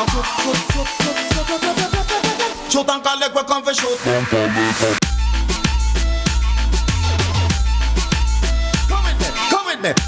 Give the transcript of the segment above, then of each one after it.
now shoot and collect we come for shoot. Come with me.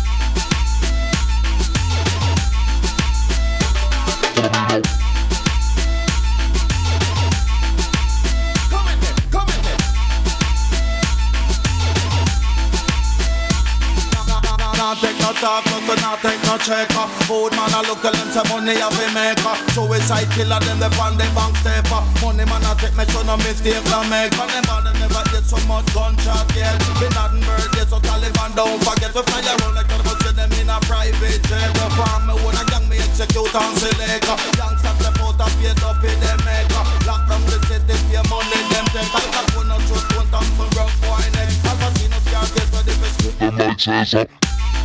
Take no talk, no not take no check. Food man a look at them say money have a maker. Suicide killer them they find the bank stepper. Money man a take me show no mistake no make. But them bad never get so much gunshot yet. Bin Laden birthday so Taliban don't forget. We fly around like them see them in a private jet. The farm me wanna gang me execute and select. Youngsters step out and paid up in them maker. Lock down the city pay money them take. I got one or two one time for rough boy next. I've seen us can't get ready for school. The night says up.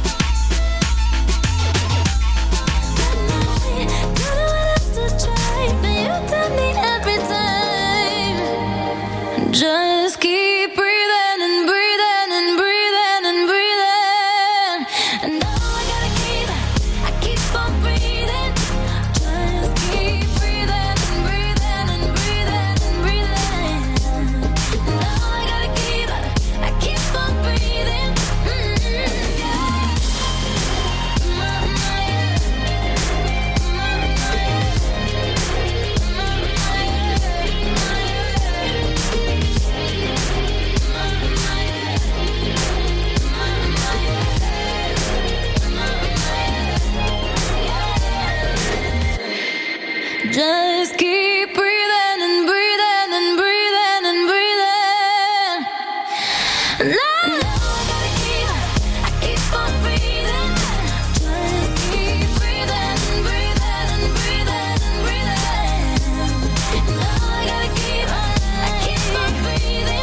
Just keep breathing and breathing and breathing and breathing. And all I gotta keep, I keep on breathing. Just keep breathing and breathing and breathing and breathing. And all I gotta keep, I keep on breathing. Just keep breathing and breathing and breathing and breathing. No, I gotta keep, I keep on breathing. Just keep breathing and breathing and breathing and breathing. No, I gotta keep, I keep on breathing.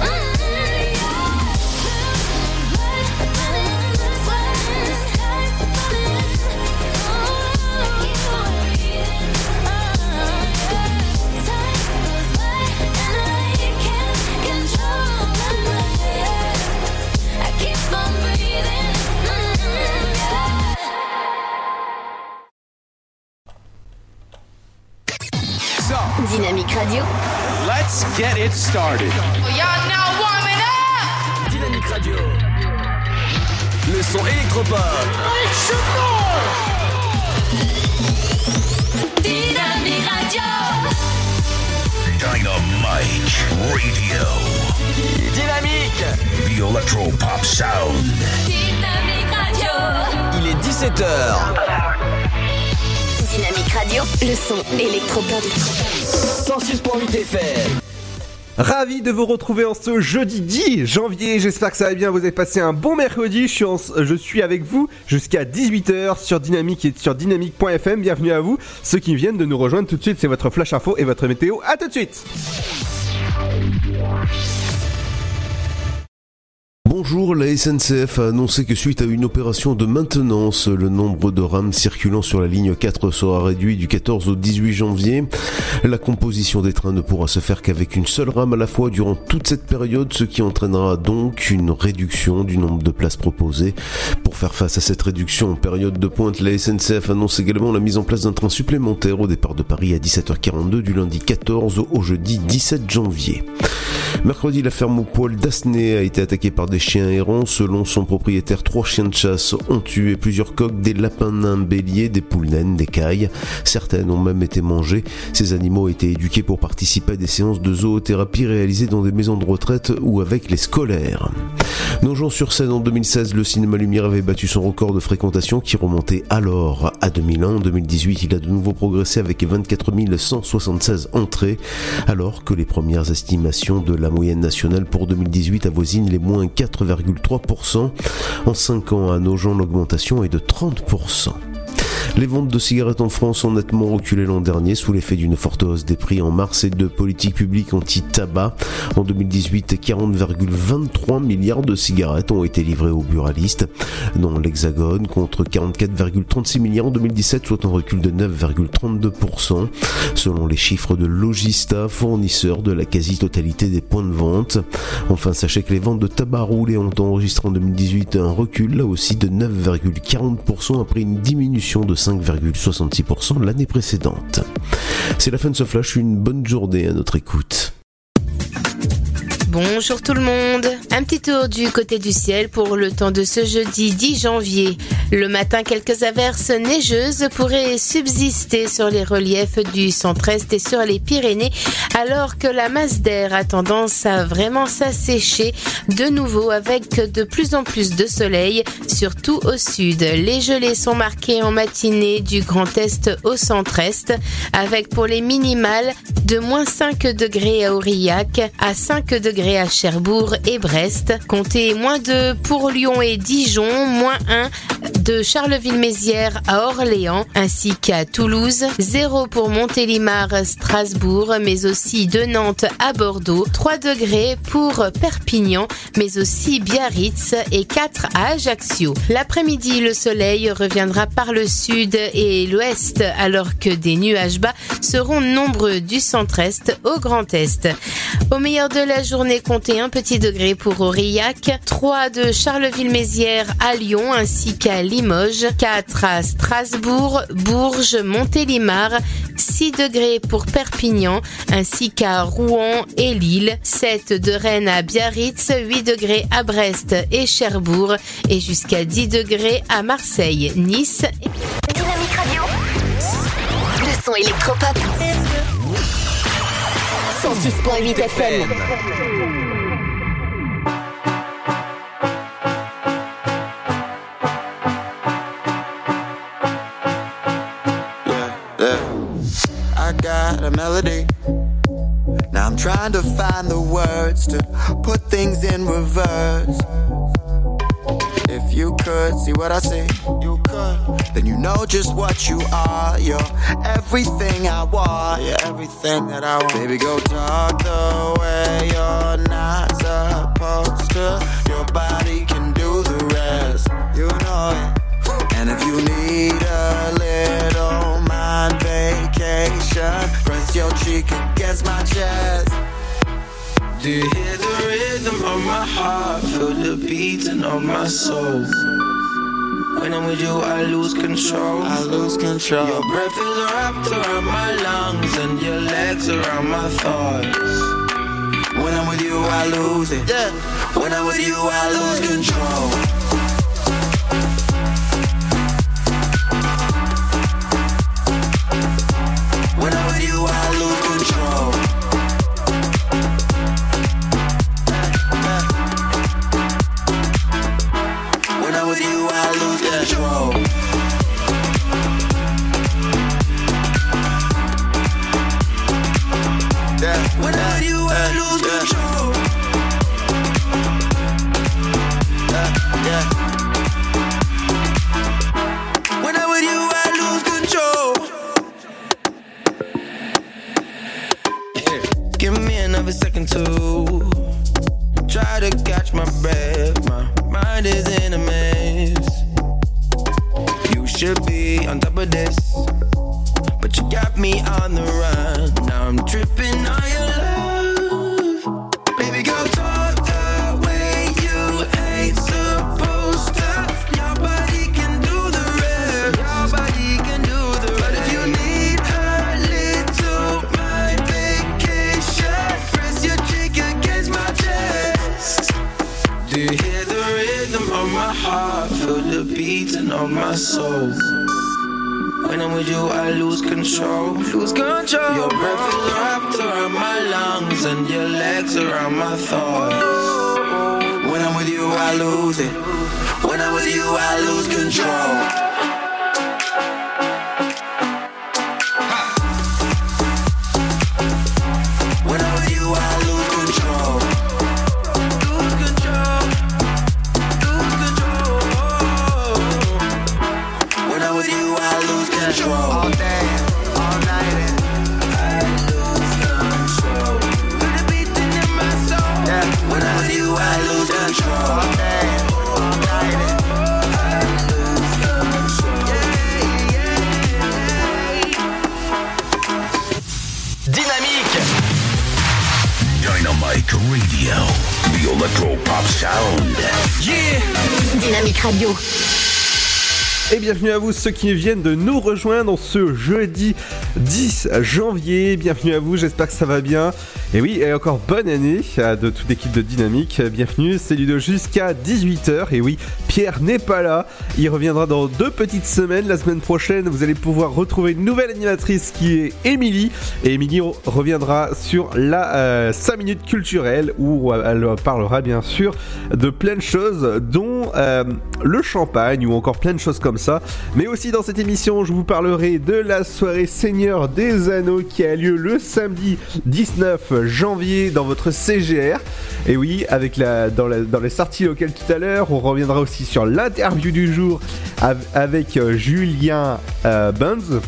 Dynamique Radio. Let's get it started. Y'all now warming up. Dynamique Radio. Le son électropop. Dynamique Radio. Dynamite Radio. Dynamique. The Electropop Sound. Dynamique Radio. Il est 17h. Dynamique Radio, le son électropop. 106.8 FM. Ravi de vous retrouver en ce jeudi 10 janvier, j'espère que ça va bien, vous avez passé un bon mercredi, je suis avec vous jusqu'à 18h sur Dynamique et sur dynamique.fm, bienvenue à vous, ceux qui viennent de nous rejoindre tout de suite, c'est votre flash info et votre météo, à tout de suite. Bonjour, la SNCF a annoncé que suite à une opération de maintenance, le nombre de rames circulant sur la ligne 4 sera réduit du 14 au 18 janvier. La composition des trains ne pourra se faire qu'avec une seule rame à la fois durant toute cette période, ce qui entraînera donc une réduction du nombre de places proposées. Pour faire face à cette réduction en période de pointe, la SNCF annonce également la mise en place d'un train supplémentaire au départ de Paris à 17h42 du lundi 14 au jeudi 17 janvier. Mercredi, la ferme au poil d'Asnay a été attaquée par des chiens errants. Selon son propriétaire, 3 chiens de chasse ont tué plusieurs coqs, des lapins nains béliers, des poules naines, des cailles. Certaines ont même été mangées. Ces animaux ont été éduqués pour participer à des séances de zoothérapie réalisées dans des maisons de retraite ou avec les scolaires. Nogent-sur-Seine, en 2016, le cinéma Lumière avait battu son record de fréquentation qui remontait alors à 2001. En 2018, il a de nouveau progressé avec 24 176 entrées, alors que les premières estimations de la moyenne nationale pour 2018 avoisinent les moins 4,3%. En 5 ans à Nogent, l'augmentation est de 30%. Les ventes de cigarettes en France ont nettement reculé l'an dernier sous l'effet d'une forte hausse des prix en mars et de politiques publiques anti-tabac. En 2018, 40,23 milliards de cigarettes ont été livrées aux buralistes dans l'Hexagone contre 44,36 milliards en 2017, soit un recul de 9,32%. Selon les chiffres de Logista, fournisseur de la quasi-totalité des points de vente. Enfin, sachez que les ventes de tabac roulé ont enregistré en 2018 un recul, là aussi de 9,40% après une diminution de 5,66% l'année précédente. C'est la fin de ce flash, une bonne journée à notre écoute. Bonjour tout le monde. Un petit tour du côté du ciel pour le temps de ce jeudi 10 janvier. Le matin, quelques averses neigeuses pourraient subsister sur les reliefs du centre-est et sur les Pyrénées, alors que la masse d'air a tendance à vraiment s'assécher de nouveau avec de plus en plus de soleil, surtout au sud. Les gelées sont marquées en matinée du Grand Est au centre-est, avec pour les minimales de moins 5 degrés à Aurillac, à 5 degrés à Cherbourg et Brest. Comptez moins 2 pour Lyon et Dijon, moins 1 de Charleville-Mézières à Orléans, ainsi qu'à Toulouse, 0 pour Montélimar, Strasbourg, mais aussi de Nantes à Bordeaux, 3 degrés pour Perpignan, mais aussi Biarritz et 4 à Ajaccio. L'après-midi, le soleil reviendra par le sud et l'ouest, alors que des nuages bas seront nombreux du centre-est au Grand Est. Au meilleur de la journée, comptez 1 petit degré pour Aurillac, 3 de Charleville-Mézières à Lyon ainsi qu'à Limoges, 4 à Strasbourg, Bourges, Montélimar, 6 degrés pour Perpignan ainsi qu'à Rouen et Lille, 7 de Rennes à Biarritz, 8 degrés à Brest et Cherbourg et jusqu'à 10 degrés à Marseille, Nice. Dynamique Radio. Le son électropop. 106.8 FM. I got a melody. Now I'm trying to find the words to put things in reverse. If you could see what I see, you could. Then you know just what you are. You're everything I want. You're everything that I want. Baby, go talk the way you're not supposed to. Your body can do the rest. You know it. And if you need a little mind vacation, press your cheek against my chest. Do you hear the rhythm of my heart? Feel the beating of my soul. When I'm with you, I lose control. I lose control. Your breath is wrapped around my lungs and your legs around my thighs. When I'm with you, I lose it. Yeah. When I'm with you, I lose control. When I'm with you, I lose control. When I'm with you, I lose control. Yeah. When I'm with you, I lose control. Yeah. When I'm with you, I lose control. Give me another second to try to catch my breath. My mind is in a mess. You should be on top of this, but you got me on the run. Now I'm tripping on your love. Baby, go talk the way you ain't supposed to. Your body can do the rest. Your body can do the rest. But if you need a little mind vacation, press your cheek against my chest. Do you hear the rhythm of my heart? Feel the beating of my soul. When I'm with you, I lose control. Lose control. Your breath is wrapped around my lungs and your legs around my thighs. When I'm with you, I lose it. When I'm with you, I lose control. When I'm with you, I lose control. Lose control. Lose control. When I'm with you, I lose control. All day, all night. I lose control. With the beating in my soul. Yeah. When I'm with you, I lose control. All day, all night. I lose control. Dynamique. Dynamic Radio. The Electro Pop Sound. Yeah. Dynamique Radio. Et bienvenue à vous ceux qui viennent de nous rejoindre en ce jeudi 10 janvier. Bienvenue à vous, j'espère que ça va bien. Et oui, et encore bonne année de toute l'équipe de Dynamique. Bienvenue, c'est Ludo jusqu'à 18h. Et oui, Pierre n'est pas là. Il reviendra dans 2 petites semaines. La semaine prochaine, vous allez pouvoir retrouver une nouvelle animatrice qui est Émilie. Et Émilie reviendra sur la 5 minutes culturelle où elle parlera bien sûr de plein de choses, dont le champagne ou encore plein de choses comme ça. Mais aussi dans cette émission, je vous parlerai de la soirée Seigneur des Anneaux qui a lieu le samedi 19 janvier dans votre CGR. Et oui, avec dans les sorties locales tout à l'heure, on reviendra aussi sur l'interview du jour avec Julien Bunz.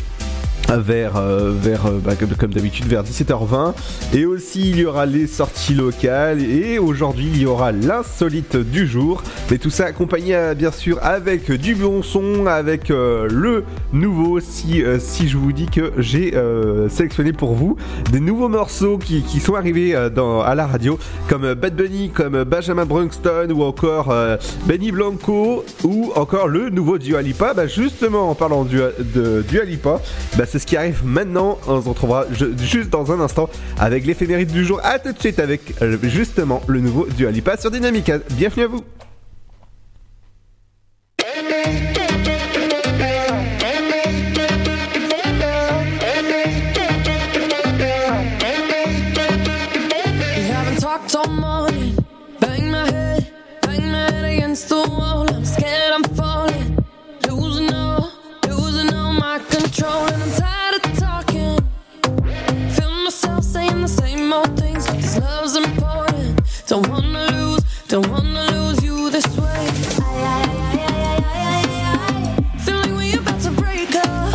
Comme d'habitude vers 17h20, et aussi il y aura les sorties locales, et aujourd'hui il y aura l'insolite du jour, mais tout ça accompagné bien sûr avec du bon son, avec le nouveau, si je vous dis que j'ai sélectionné pour vous des nouveaux morceaux qui sont arrivés à la radio, comme Bad Bunny, comme Benjamin Brunkston, ou encore Benny Blanco, ou encore le nouveau Dua Lipa. Justement en parlant de Dua Lipa, c'est ce qui arrive maintenant. On se retrouvera juste dans un instant avec l'éphéméride du jour. À tout de suite avec justement le nouveau Dua Lipa sur Dynamique. Bienvenue à vous. Don't wanna lose you this way. Feeling we about to break up.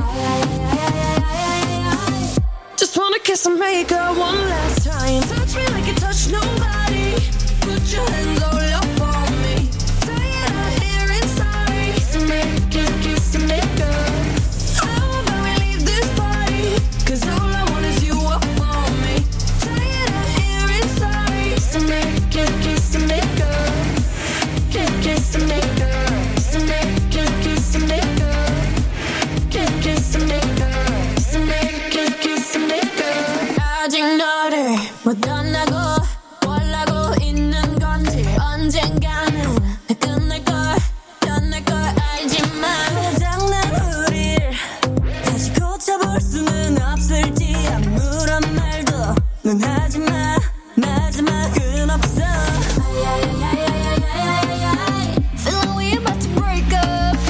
Just wanna kiss and make up one last time. Touch me like you touch nobody. Put your hands all up on me. Tired of hearing sorry. So make it kiss and make up. How about we leave this party? 'Cause all I want is you up on me. Tired of hearing sorry. So make it kiss and make up. Kiss and make up. So make it kiss and make up. Kiss and make up. So make it kiss and make up. 아직 너를 못 떠나고 원하고 있는 건지 언젠가는 끝날 걸 알지만 장난 우릴 다시 고쳐볼 수는 없을지 아무런 말도 넌 하지마 마지막은 없어. Feeling we about to break up.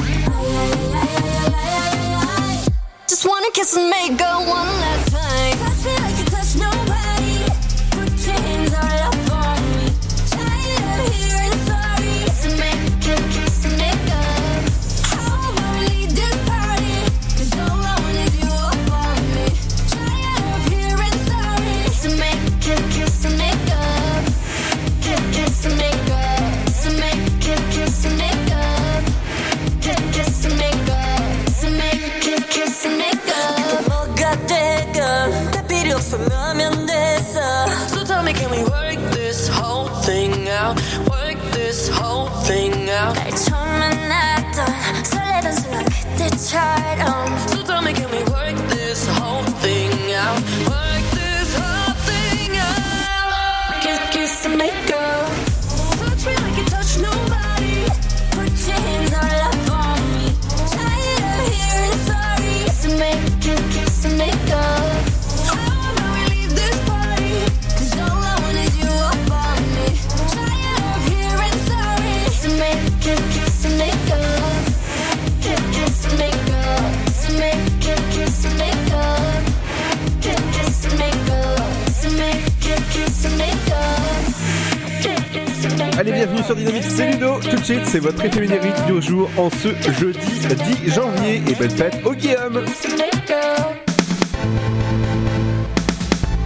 Just wanna kiss and make up one last time. Touch me like you touch nobody. Put your hands all up on me. Tired of hearing sorry. So make it kiss and make up. How about we leave this party? 'Cause all I want is you up on me. Tired of hearing sorry. So make it kiss and make up. Kiss and make up. So make it kiss and make up. Kiss and make up. So make it kiss and make up. 뭐가 되건 다 필요 없으면 됐어. So tell me, can we work this whole thing out? Work this whole thing out. 날 처음 만났던 설레던 순간 그때처럼. So tell me, can we work this whole thing out? Work this whole thing out. Kiss and make up. Touch me like you touch nobody. Put your hands all up on me. Tired of hearing sorry. So make it kiss and make up. How about we leave this party? 'Cause all I want is you up on me. Tired of hearing sorry. So make it kiss and make up. Kiss and make up. So make it kiss and make up. Kiss and make up. So make it kiss and make up. Allez, bienvenue sur Dynamique, c'est Ludo. Tout de suite, c'est votre éphéméride du jour en ce jeudi 10 janvier. Et bonne fête au Guillaume.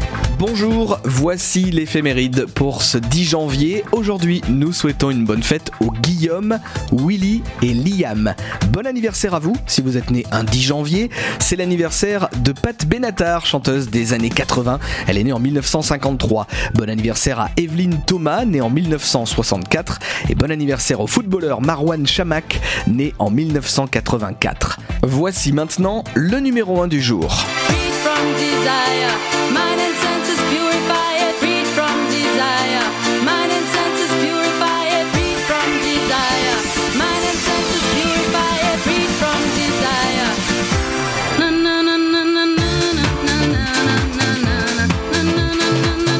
Bonjour, voici l'éphéméride pour ce 10 janvier. Aujourd'hui, nous souhaitons une bonne fête aux Guillaume, Willy et Liam. Bon anniversaire à vous, si vous êtes né un 10 janvier. C'est l'anniversaire de Pat Benatar, chanteuse des années 80. Elle est née en 1953. Bon anniversaire à Evelyne Thomas, née en 1964. Et bon anniversaire au footballeur Marwan Chamakh, né en 1984. Voici maintenant le numéro 1 du jour. Freed from desire, mind and senses purify it. Freed from desire, mind and senses purify it. Freed from desire, mind and senses purify it. Freed from desire. Na na na na na na na na na na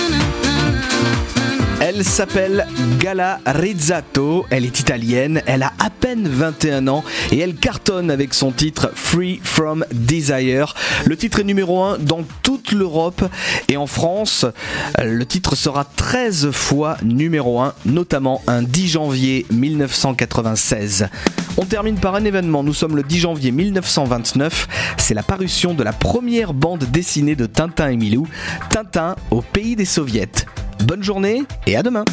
na. Elle s'appelle Gala Rizzato, elle est italienne, elle a à peine 21 ans et elle cartonne avec son titre Free From Desire. Le titre est numéro 1 dans toute l'Europe et en France, le titre sera 13 fois numéro 1, notamment un 10 janvier 1996. On termine par un événement, nous sommes le 10 janvier 1929, c'est la parution de la première bande dessinée de Tintin et Milou, Tintin au pays des soviets. Bonne journée et à demain.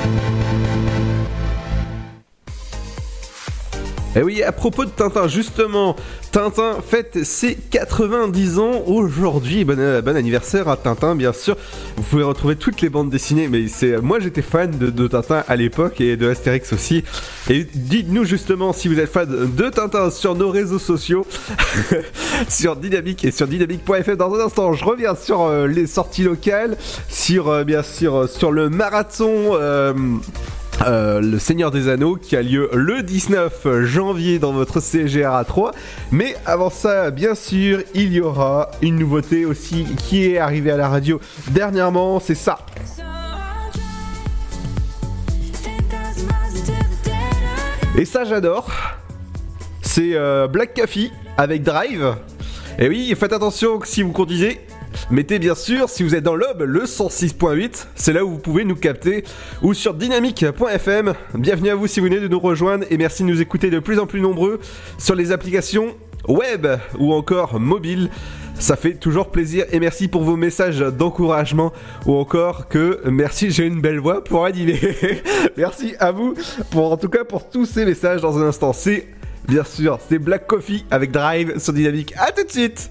Et oui, à propos de Tintin, justement, Tintin fête ses 90 ans aujourd'hui. Bon anniversaire à Tintin, bien sûr. Vous pouvez retrouver toutes les bandes dessinées, mais moi j'étais fan de Tintin à l'époque et de Astérix aussi. Et dites-nous justement si vous êtes fan de Tintin sur nos réseaux sociaux, sur Dynamique et sur dynamique.fr. Dans un instant, je reviens sur les sorties locales, sur bien sûr sur le marathon. Le Seigneur des Anneaux qui a lieu le 19 janvier dans votre CGR A3. Mais avant ça, bien sûr, il y aura une nouveauté aussi qui est arrivée à la radio dernièrement, c'est ça. Et ça j'adore. C'est Black Coffee avec Drive. Et oui, faites attention si vous conduisez. Mettez bien sûr, si vous êtes dans l'Aube, le 106.8, c'est là où vous pouvez nous capter, ou sur dynamique.fm. Bienvenue à vous si vous venez de nous rejoindre et merci de nous écouter de plus en plus nombreux sur les applications web ou encore mobiles. Ça fait toujours plaisir et merci pour vos messages d'encouragement ou encore que merci, j'ai une belle voix pour animer. Merci à vous en tout cas pour tous ces messages. Dans un instant, c'est bien sûr, c'est Black Coffee avec Drive sur Dynamique. À tout de suite.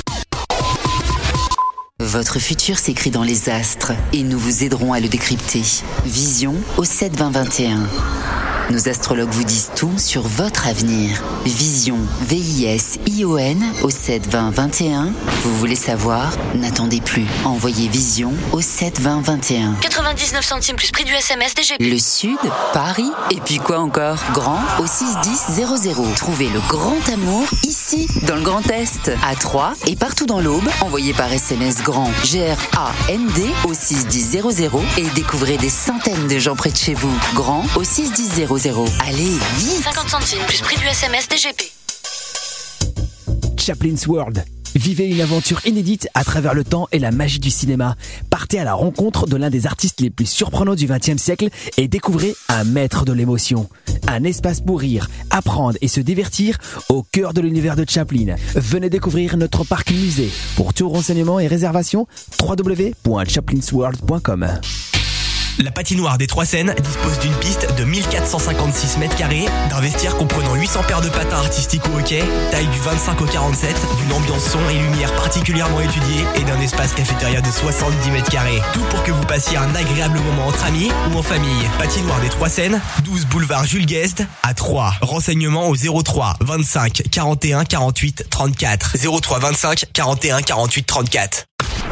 Votre futur s'écrit dans les astres et nous vous aiderons à le décrypter. Vision au 7-20-21. Nos astrologues vous disent tout sur votre avenir. Vision, V-I-S-I-O-N au 7-20-21. Vous voulez savoir? N'attendez plus. Envoyez Vision au 7-20-21. 99 centimes plus prix du SMS DGP. Le Sud, Paris, et puis quoi encore? Grand au 61000. Trouvez le grand amour ici, dans le Grand Est, à Troyes et partout dans l'Aube. Envoyez par SMS grand G-R-A-N-D au 61000 et découvrez des centaines de gens près de chez vous. Grand au 61000. Allez, vite! 50 centimes plus prix du SMS DGP. Chaplin's World. Vivez une aventure inédite à travers le temps et la magie du cinéma. Partez à la rencontre de l'un des artistes les plus surprenants du XXe siècle et découvrez un maître de l'émotion. Un espace pour rire, apprendre et se divertir au cœur de l'univers de Chaplin. Venez découvrir notre parc musée. Pour tout renseignement et réservation, www.chaplinsworld.com. La patinoire des Trois Seines dispose d'une piste de 1456 m², d'un vestiaire comprenant 800 paires de patins artistiques au hockey, taille du 25 au 47, d'une ambiance son et lumière particulièrement étudiée et d'un espace cafétéria de 70 m². Tout pour que vous passiez un agréable moment entre amis ou en famille. Patinoire des Trois Seines, 12 boulevard Jules Guesde à Troyes. Renseignements au 03 25 41 48 34. 03 25 41 48 34.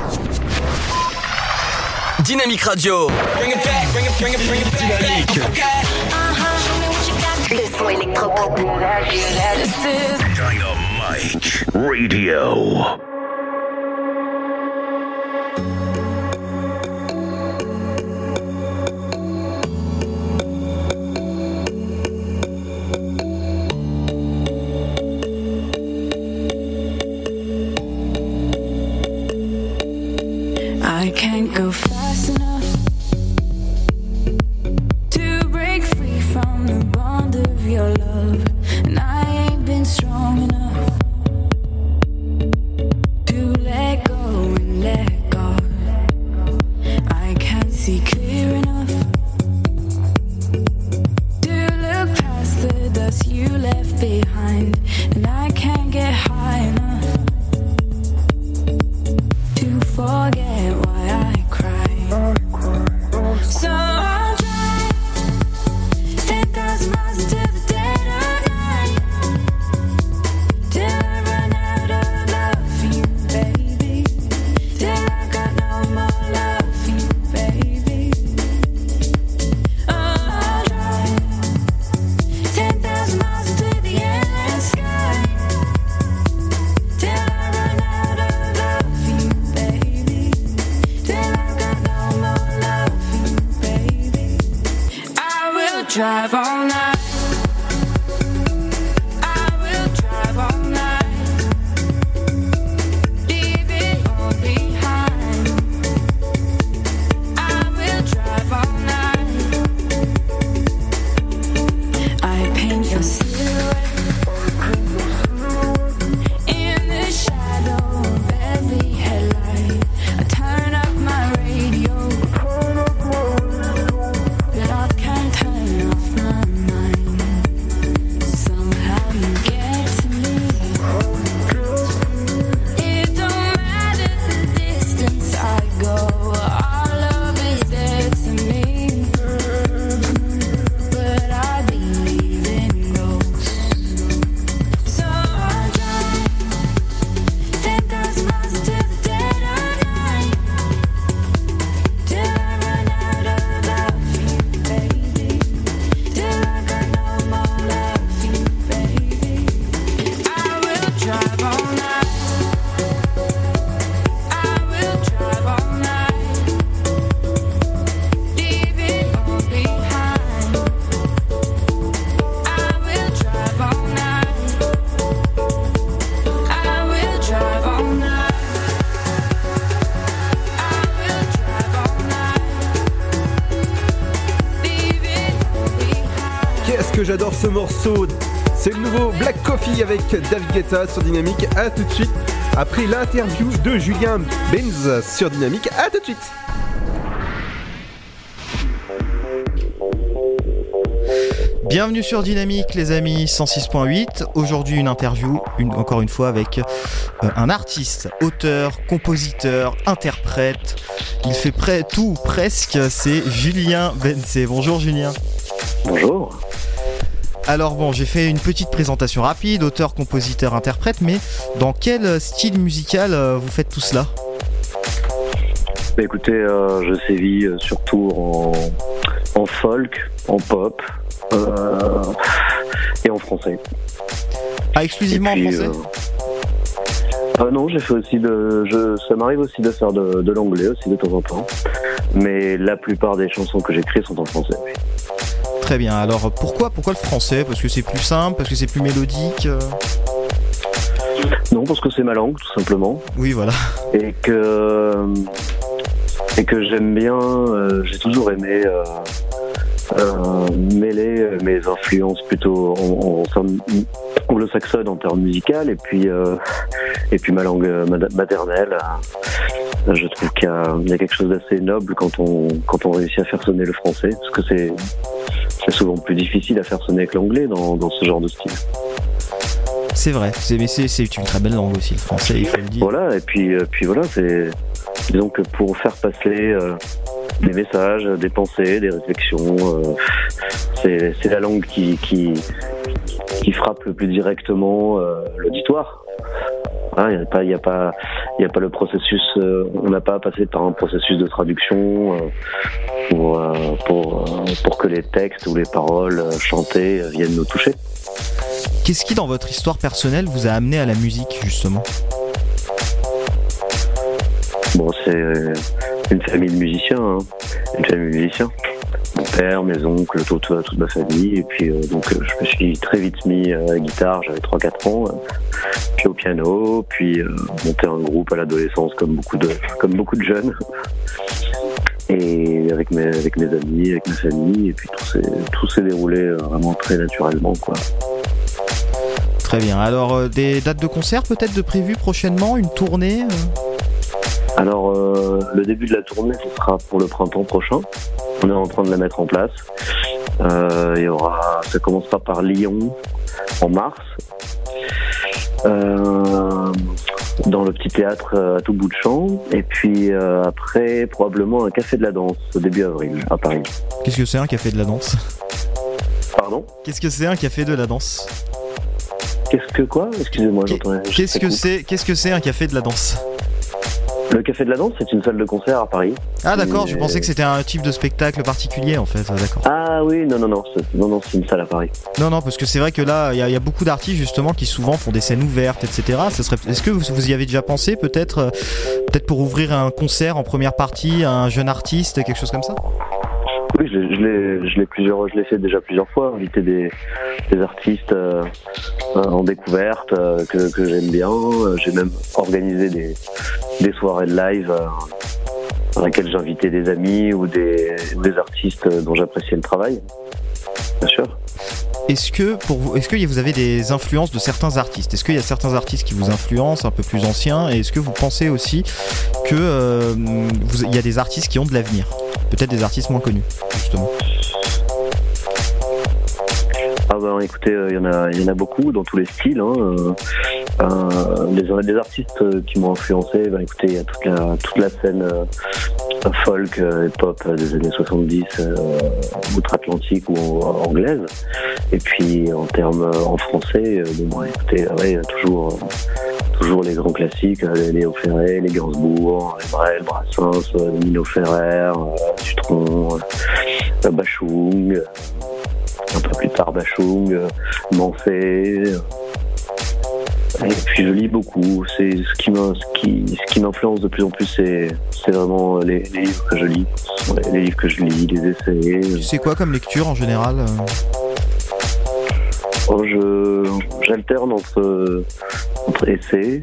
Dynamique Radio. Dynamique. Le son électropop. Dynamique Radio. I can't go fast enough to break free from the bond of your love, and I ain't been strong enough to let go and let God. forget why I cry. So I'll drive 10,000 miles into the dead of night till I run out of love for you, baby. Till I got no more love for you, baby. Oh, I'll drive 10,000 miles into the endless sky till I run out of love for you, baby. Till I got no more love for you, baby. I will drive all night. I will drive all night. Leave it all behind. I will drive all night. I paint your silhouette in the shadow of every headlight. I turn up my radio, but I can't turn off my mind. Somehow you get to me. It don't matter the distance I go, our love is there to me. But I believe in ghosts. So I'll drive 10,000 miles into the dead of night till I run out of love for you, baby. Till I got no more love for you, baby. I will drive all night. I will drive all night. Leave it all behind. I will drive all night. I will drive all night. I will drive all night. Leave it all behind. Qu'est-ce que j'adore ce morceau. C'est le nouveau Black Coffee avec David Guetta sur Dynamique. A tout de suite après l'interview de Julien Benz sur Dynamique. A tout de suite. Bienvenue sur Dynamique les amis, 106.8. Aujourd'hui une interview, encore une fois avec un artiste, auteur, compositeur, interprète. Il fait tout presque, c'est Julien Benz. Bonjour Julien. Bonjour. Alors bon, j'ai fait une petite présentation rapide, auteur, compositeur, interprète, mais dans quel style musical vous faites tout cela ? Bah, écoutez, je sévis surtout en folk, en pop et en français. Ah, exclusivement puis, en français Non, j'ai fait aussi ça m'arrive aussi de faire de l'anglais aussi de temps en temps, mais la plupart des chansons que j'écris sont en français. Oui. Très bien, alors pourquoi le français ? Parce que c'est plus simple, parce que c'est plus mélodique Non, parce que c'est ma langue, tout simplement. Oui, voilà. Et que j'aime bien, j'ai toujours aimé mêler mes influences plutôt anglo-saxonnes en termes musicaux et puis ma langue maternelle. Je trouve qu'il y a quelque chose d'assez noble quand on réussit à faire sonner le français, parce que c'est souvent plus difficile à faire sonner avec l'anglais dans ce genre de style. C'est vrai, c'est une très belle langue aussi, le français, il faut le dire. Voilà, et puis voilà, disons que pour faire passer des messages, des pensées, des réflexions, c'est la langue qui frappe le plus directement l'auditoire. Il n'y a pas le processus, on n'a pas à passer par un processus de traduction pour que les textes ou les paroles chantées viennent nous toucher. Qu'est-ce qui, dans votre histoire personnelle, vous a amené à la musique, justement ? Bon, c'est une famille de musiciens, Mon père, mes oncles, toute ma famille. Et puis, donc, je me suis très vite mis à la guitare, j'avais 3-4 ans. Puis au piano, puis monter un groupe à l'adolescence comme beaucoup de jeunes. Et avec mes amis, avec ma famille. Et puis tout s'est déroulé vraiment très naturellement, quoi. Très bien. Alors, des dates de concert peut-être de prévues prochainement, une tournée Alors, le début de la tournée, ce sera pour le printemps prochain. On est en train de la mettre en place. Ça commencera par Lyon en mars. dans le petit théâtre à tout bout de champ. Et puis après, probablement un café de la danse au début avril à Paris. Qu'est-ce que c'est un café de la danse ? Pardon ? Qu'est-ce que c'est un café de la danse ? Qu'est-ce que quoi ? Excusez-moi, j'entends. Qu'est-ce que c'est un café de la danse ? Le café de la danse, c'est une salle de concert à Paris. Ah d'accord, je pensais que c'était un type de spectacle particulier en fait, d'accord. Ah oui, non, c'est une salle à Paris. Non, parce que c'est vrai que là, il y a beaucoup d'artistes justement qui souvent font des scènes ouvertes, etc. Est-ce que vous y avez déjà pensé peut-être pour ouvrir un concert en première partie à un jeune artiste, quelque chose comme ça ? Oui, je l'ai fait déjà plusieurs fois, inviter des artistes en découverte que j'aime bien. J'ai même organisé des soirées de live dans lesquelles j'invitais des amis ou des artistes dont j'appréciais le travail, bien sûr. Est-ce que vous avez des influences de certains artistes ? Est-ce qu'il y a certains artistes qui vous influencent, un peu plus anciens ? Et est-ce que vous pensez aussi que il y a des artistes qui ont de l'avenir ? Peut-être des artistes moins connus, justement. Ah ben écoutez, il y en a beaucoup dans tous les styles. Les artistes qui m'ont influencé, écoutez, il y a toute la scène folk et pop des années 70 outre-Atlantique ou anglaise. Et puis en termes en français, écoutez, toujours les grands classiques, les Léo Ferré, les Gainsbourg, les Brel, Brassens, Nino Ferrer, Dutronc, Bachung, un peu plus tard Bachung, Mansé. Et puis je lis beaucoup. C'est ce qui m'influence de plus en plus, c'est vraiment les livres que je lis. Les livres que je lis, les essais. C'est quoi comme lecture en général ? J'alterne entre essais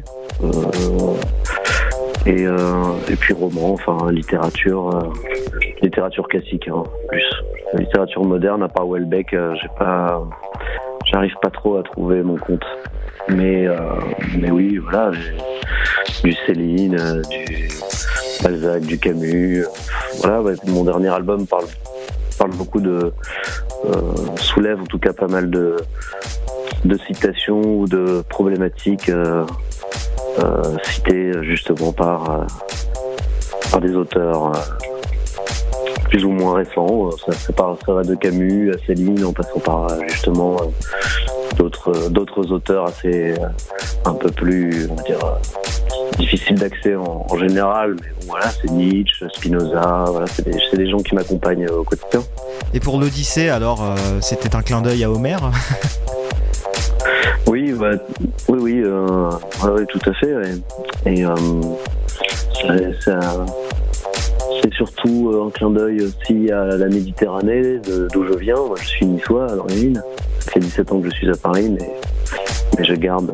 et puis romans, enfin littérature classique, plus. La littérature moderne, à part Houellebecq, j'arrive pas trop à trouver mon compte. Mais oui, voilà, du Céline, du Balzac, du Camus. Voilà, mon dernier album parle beaucoup soulève en tout cas pas mal de citations ou de problématiques citées justement par des auteurs plus ou moins récents. Ça va de Camus à Céline en passant par justement d'autres auteurs assez un peu plus, on va dire, difficiles d'accès en général, mais bon, voilà, c'est Nietzsche, Spinoza, voilà, c'est des gens qui m'accompagnent au quotidien. Et pour l'Odyssée, alors, c'était un clin d'œil à Homère ? Oui, oui, tout à fait. Ouais. Et c'est surtout un clin d'œil aussi à la Méditerranée, d'où je viens. Moi, je suis niçois à l'origine. Ça fait 17 ans que je suis à Paris, mais je garde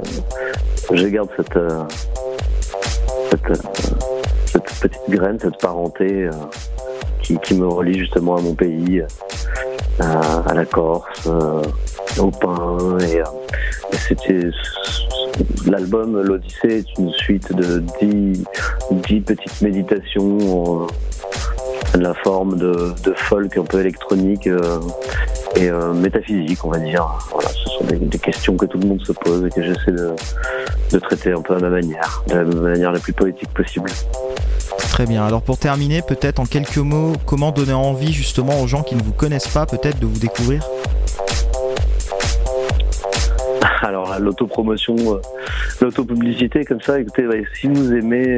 cette petite graine, cette parenté qui me relie justement à mon pays, à la Corse, au pain. Et c'était l'album L'Odyssée est une suite de 10 petites méditations de la forme de folk un peu électronique et métaphysique, on va dire. Voilà, ce sont des questions que tout le monde se pose et que j'essaie de traiter un peu à ma manière, de la manière la plus poétique possible. Très bien. Alors pour terminer, peut-être en quelques mots, comment donner envie justement aux gens qui ne vous connaissent pas peut-être de vous découvrir ? Alors l'autopromotion, l'autopublicité comme ça, écoutez, si vous aimez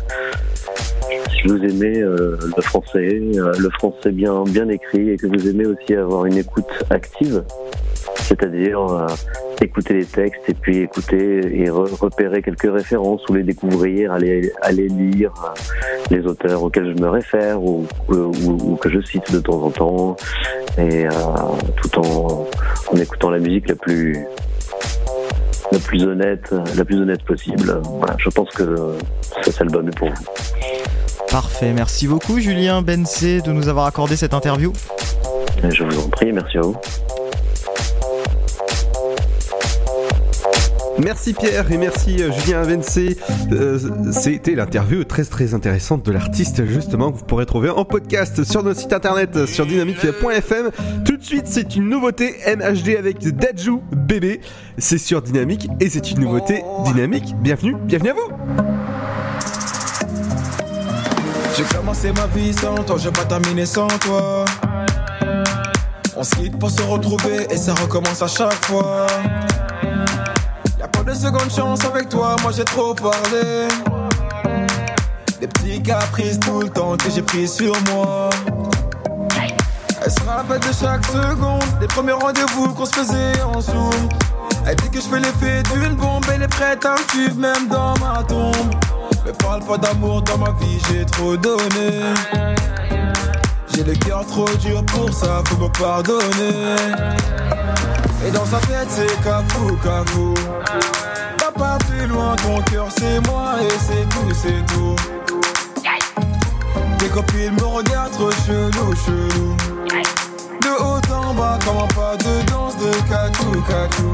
le français bien écrit, et que vous aimez aussi avoir une écoute active, c'est-à-dire écouter les textes et puis écouter et repérer quelques références ou les découvrir, aller lire les auteurs auxquels je me réfère ou que je cite de temps en temps, et tout en écoutant la musique la plus honnête possible. Voilà, je pense que cet album est pour vous. Parfait, merci beaucoup Julien Bensé de nous avoir accordé cette interview. Je vous en prie, merci à vous. Merci Pierre et merci Julien Avencé. C'était l'interview très intéressante de l'artiste justement que vous pourrez trouver en podcast sur notre site internet sur dynamique.fm. Tout de suite, c'est une nouveauté MHD avec Dadju Bébé. C'est sur Dynamique et c'est une nouveauté Dynamique. Bienvenue à vous. J'ai commencé ma vie sans toi, je vais pas terminer sans toi. On se quitte pour se retrouver et ça recommence à chaque fois. Y'a pas de seconde chance avec toi, moi j'ai trop parlé. Des petits caprices tout le temps que j'ai pris sur moi. Elle se rappelle de chaque seconde, des premiers rendez-vous qu'on se faisait en zoom. Elle dit que je fais l'effet d'une bombe, elle est prête à me suivre même dans ma tombe. Mais parle pas d'amour dans ma vie, j'ai trop donné. J'ai le cœur trop dur pour ça, faut me pardonner. Et dans sa tête c'est cafou. Va pas plus loin, ton cœur c'est moi et c'est tout. Tes copines me regardent trop chelou. De haut en bas, comme un pas de danse de cacou.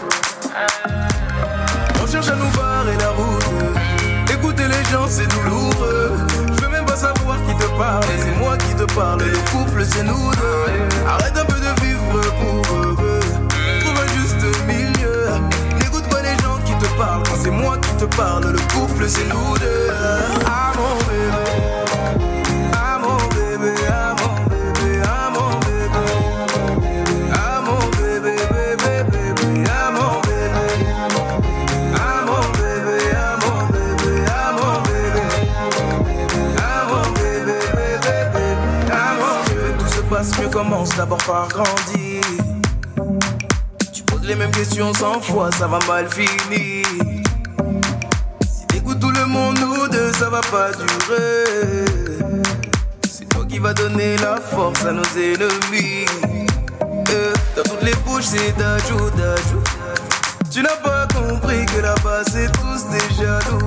On cherche à nous barrer la route. Écouter les gens c'est douloureux. Je veux même pas savoir qui te parle. C'est moi qui te parle. Le couple c'est nous deux. Arrête un peu de vivre pour eux. Trouve un juste milieu. N'écoute pas les gens qui te parlent. Quand c'est moi qui te parle. Le couple c'est nous deux. Ah mon bébé. Ah mon bébé. Ah mon bébé. Ah mon bébé. Ah mon bébé. Bébé. Ah mon bébé. Ah mon bébé. Ah mon bébé. Ah mon bébé. Ah mon bébé. Bébé. Ah mon bébé. Tout se passe mieux, commence d'abord par grandir. Tu poses les mêmes questions 100 fois, ça va mal finir. Si t'écoutes tout le monde, nous deux, ça va pas durer. C'est toi qui vas donner la force à nos ennemis. Dans toutes les bouches, c'est Dadju. Tu n'as pas compris que là-bas, c'est tous des jaloux.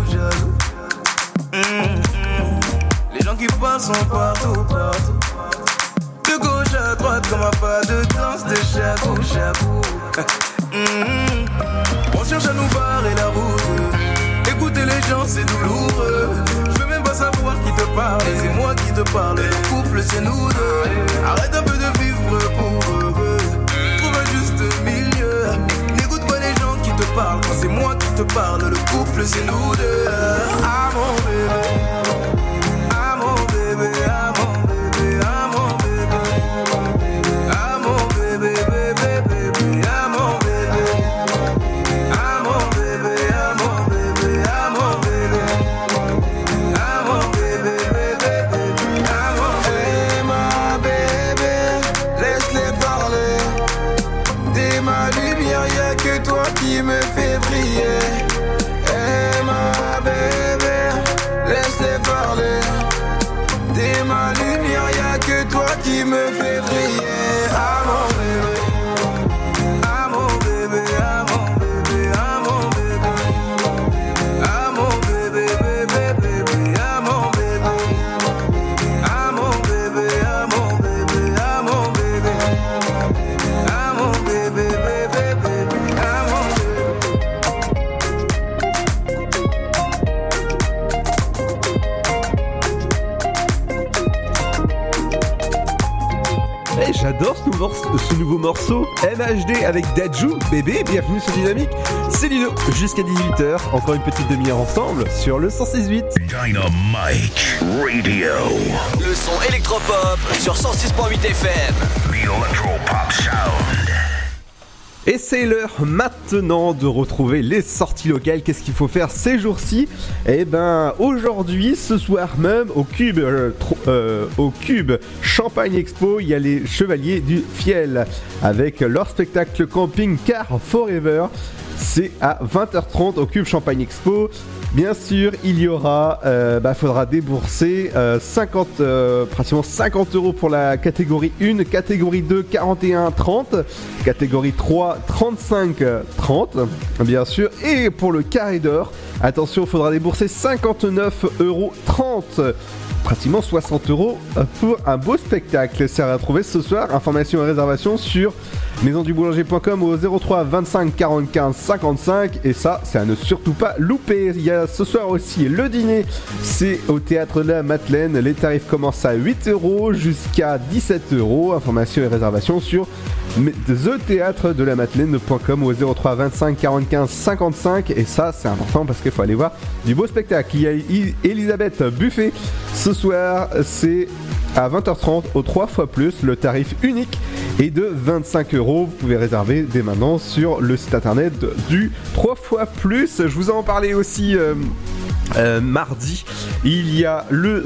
Les gens qui parlent sont partout. De gauche à droite, comme un pas de danse de chabou. On cherche à nous barrer la route. Écouter les gens, c'est douloureux. Je veux même pas savoir qui te parle. C'est moi qui te parle. Le couple, c'est nous deux. Arrête un peu de vivre pour eux. Trouve un juste milieu. N'écoute pas les gens qui te parlent. Quand c'est moi qui te parle. Le couple, c'est nous deux. Ah mon bébé. Ah mon bébé. Ah mon bébé. Ah mon bébé. Ah mon bébé. Bébé. Ah mon bébé. Ah mon bébé. Ah mon bébé. Ah mon bébé. Ah mon bébé. Bébé. Ah mon bébé. Hey ma bébé, laisse-les parler. T'es ma lumière, y'a que toi qui me fait briller. Hey ma bébé, laisse-les parler. T'es ma lumière, y'a que toi qui me fait briller. Ah mon bébé. Ah mon bébé. Ah mon bébé. Ah mon bébé. Ah mon bébé. Bébé. Ah mon bébé. Ah mon bébé. Ah mon bébé. Ah mon bébé. Ah mon bébé. Bébé. Ah mon Hey, j'adore ce nouveau morceau MHD avec Dadju Bébé. Bienvenue sur Dynamique. C'est Ludo jusqu'à 18h. Encore une petite demi-heure ensemble sur le 106.8 Dynamique Radio. Le son électropop sur 106.8 FM. The Electropop Sound. Et c'est l'heure maintenant de retrouver les sorties locales. Qu'est-ce qu'il faut faire ces jours-ci? Eh ben, aujourd'hui, ce soir même, au Cube Champagne Expo, il y a les Chevaliers du Fiel avec leur spectacle camping Car Forever. C'est à 20h30 au Cube Champagne Expo. Bien sûr, il y aura, faudra débourser pratiquement 50 € pour la catégorie 1, catégorie 2, 41,30, catégorie 3, 35,30, bien sûr. Et pour le carré d'or, attention, il faudra débourser 59,30 € pratiquement 60 € pour un beau spectacle. C'est à retrouver ce soir. Informations et réservations sur maisonduboulanger.com au 03 25 45 55. Et ça, c'est à ne surtout pas louper. Il y a ce soir aussi le dîner. C'est au Théâtre de la Madeleine. Les tarifs commencent à 8 € jusqu'à 17 €. Informations et réservations sur thetheatredelamateline.com au 03 25 45 55. Et ça, c'est important parce qu'il faut aller voir du beau spectacle. Il y a Elisabeth Buffet. Ce soir, c'est à 20h30 au 3 fois plus. Le tarif unique est de 25 €. Vous pouvez réserver dès maintenant sur le site internet du 3 fois plus. Je vous en parlais aussi mardi. Il y a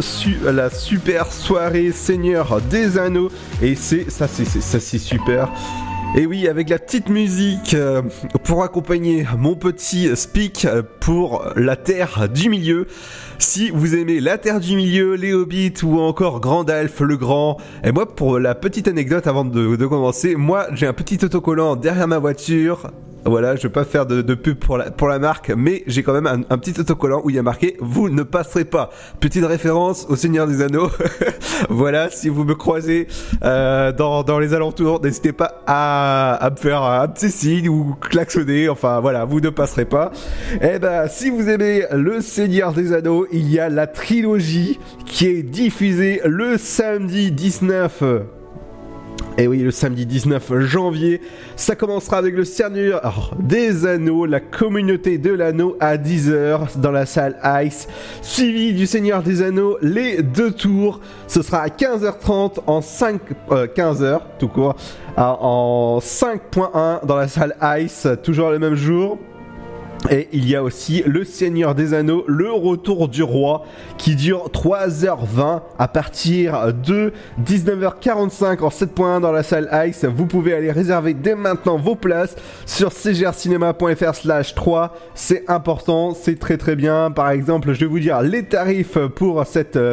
la super soirée Seigneur des Anneaux. Et c'est super. Et oui, avec la petite musique pour accompagner mon petit speak pour la Terre du Milieu. Si vous aimez la Terre du Milieu, les Hobbits ou encore Gandalf le Grand. Et moi, pour la petite anecdote avant de commencer, moi j'ai un petit autocollant derrière ma voiture. Voilà, je vais pas faire de pub pour la marque, mais j'ai quand même un petit autocollant où il y a marqué « Vous ne passerez pas ». Petite référence au Seigneur des Anneaux. Voilà, si vous me croisez dans les alentours, n'hésitez pas à me faire un petit signe ou klaxonner. Enfin voilà, vous ne passerez pas. Eh ben, si vous aimez le Seigneur des Anneaux, il y a la trilogie qui est diffusée le samedi 19. Et oui, le samedi 19 janvier, ça commencera avec le Seigneur des Anneaux, la communauté de l'anneau à 10h dans la salle Ice, suivi du Seigneur des Anneaux, les 2 tours. Ce sera à 15h30 en 15h tout court, en 5.1 dans la salle Ice, toujours le même jour. Et il y a aussi le Seigneur des Anneaux, le retour du roi, qui dure 3h20 à partir de 19h45 en 7.1 dans la salle Ice. Vous pouvez aller réserver dès maintenant vos places sur cgrcinema.fr/3. C'est important, c'est très très bien. Par exemple, je vais vous dire les tarifs pour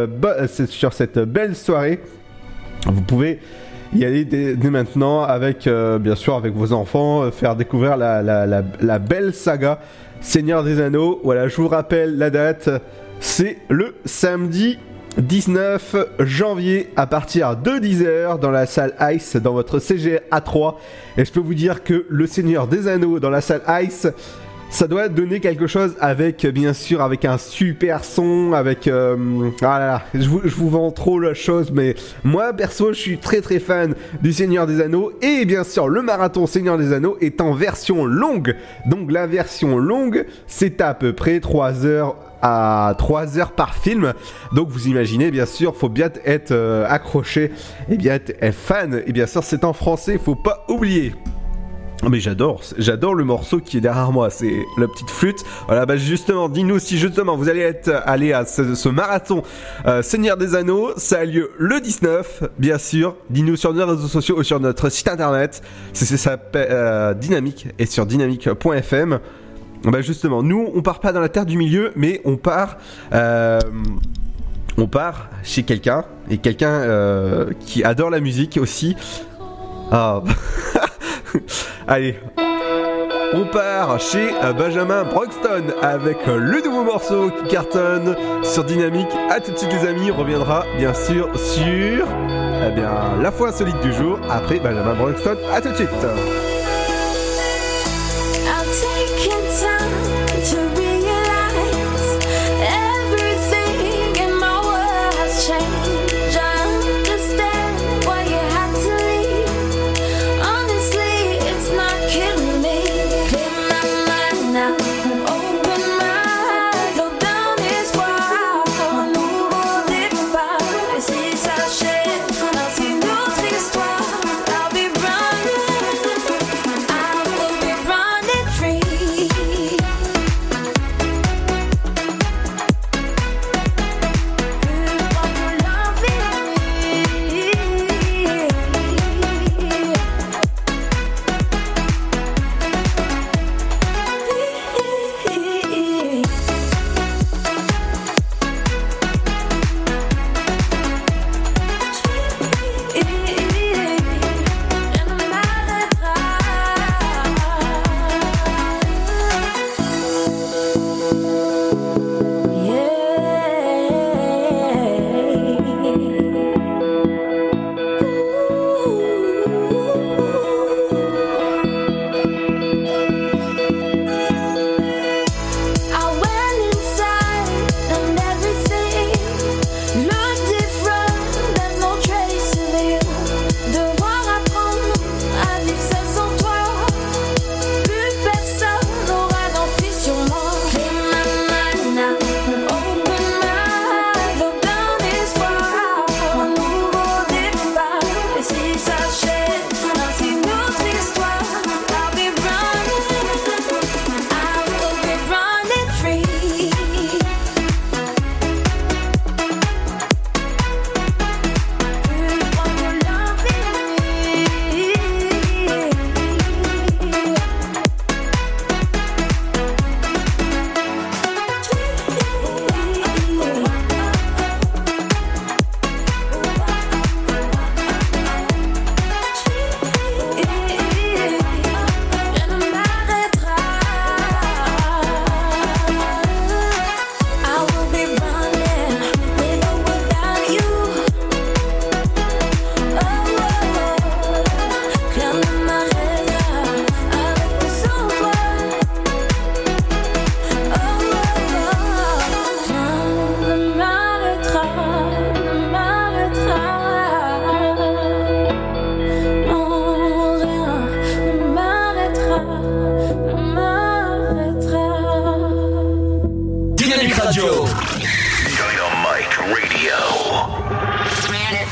sur cette belle soirée. Vous pouvez y aller dès maintenant avec, bien sûr, avec vos enfants, faire découvrir la belle saga Seigneur des Anneaux. Voilà, je vous rappelle la date, c'est le samedi 19 janvier à partir de 10h dans la salle Ice, dans votre CGR A3. Et je peux vous dire que le Seigneur des Anneaux dans la salle Ice, ça doit donner quelque chose avec, bien sûr, avec un super son, avec... ah là là, je vous vends trop la chose, mais moi, perso, je suis très très fan du Seigneur des Anneaux. Et bien sûr, le marathon Seigneur des Anneaux est en version longue. Donc la version longue, c'est à peu près 3 heures à 3 heures par film. Donc vous imaginez, bien sûr, faut bien être accroché et bien être fan. Et bien sûr, c'est en français, faut pas oublier. Mais j'adore le morceau qui est derrière moi, c'est la petite flûte. Voilà, bah justement, dis-nous si justement vous allez aller à ce marathon Seigneur des Anneaux. Ça a lieu le 19, bien sûr. Dis-nous sur nos réseaux sociaux ou sur notre site internet. Ça s'appelle Dynamique et sur dynamique.fm. Bah justement, nous on part pas dans la Terre du Milieu, mais on part chez quelqu'un, et quelqu'un qui adore la musique aussi. Ah. Allez, on part chez Benjamin Broxton avec le nouveau morceau qui cartonne sur Dynamique. À tout de suite les amis, on reviendra bien sûr sur la foi insolite du jour après Benjamin Broxton. À tout de suite. Histoire, I'll be running.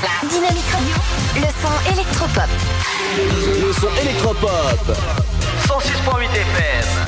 Dynamique Radio, le son électropop. Le son électropop. 106.8 FM.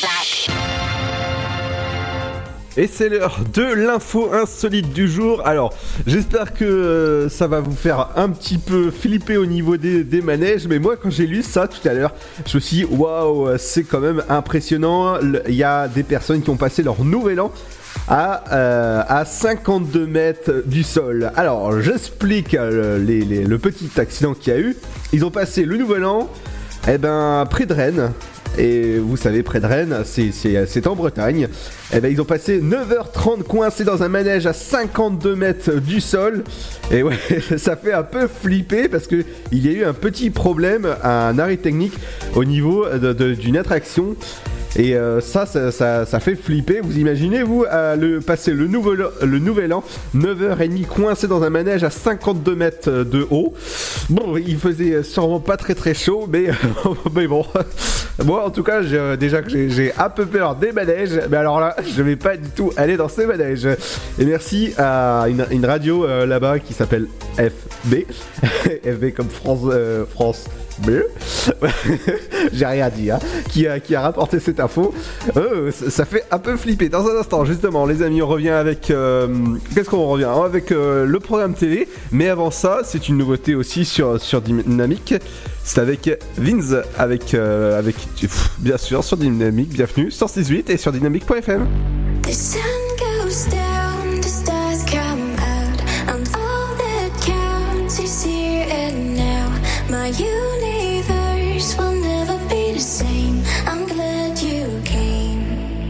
Et c'est l'heure de l'info insolite du jour. Alors, j'espère que ça va vous faire un petit peu flipper au niveau des manèges. Mais moi, quand j'ai lu ça tout à l'heure, je me suis dit, waouh, c'est quand même impressionnant. Il y a des personnes qui ont passé leur nouvel an à 52 mètres du sol. Alors, j'explique le petit accident qu'il y a eu. Ils ont passé le nouvel an près de Rennes. Et vous savez, près de Rennes, c'est en Bretagne. Et ils ont passé 9h30 coincés dans un manège à 52 mètres du sol. Et ouais, ça fait un peu flipper parce que il y a eu un petit problème, un arrêt technique au niveau d'une attraction. Et ça fait flipper. Vous imaginez, vous, passer le nouvel an, 9h30 coincé dans un manège à 52 mètres de haut. Bon, il faisait sûrement pas très très chaud, mais bon. Moi, en tout cas, j'ai un peu peur des manèges. Mais alors là, je vais pas du tout aller dans ces manèges. Et merci à une radio là-bas qui s'appelle FB. FB comme France Bleu. J'ai rien dit, hein. Qui a rapporté cette info. Ça fait un peu flipper. Dans un instant, justement, les amis, on revient avec... qu'est-ce qu'on revient avec le programme télé. Mais avant ça, c'est une nouveauté aussi sur Dynamique. C'est avec Vince, avec bien sûr sur Dynamique. Bienvenue sur 106.8 et sur dynamique.fm. The sun goes down, the stars come out, and all that counts is here and now. My universe will never be the same. I'm glad you came.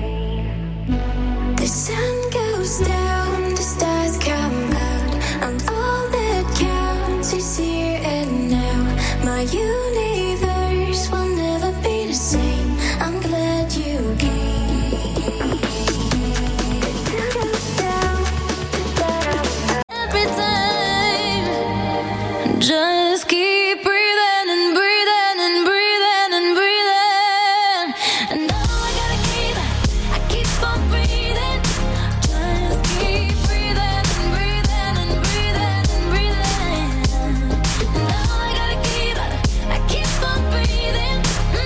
The sun goes down, the stars come out, and all that counts is here and now. My universe will never be the same. I'm glad you came. Every time, just keep breathing and breathing and breathing and breathing. And all I gotta I keep on breathing. Just keep breathing and breathing and breathing and breathing. And all I gotta I keep on breathing.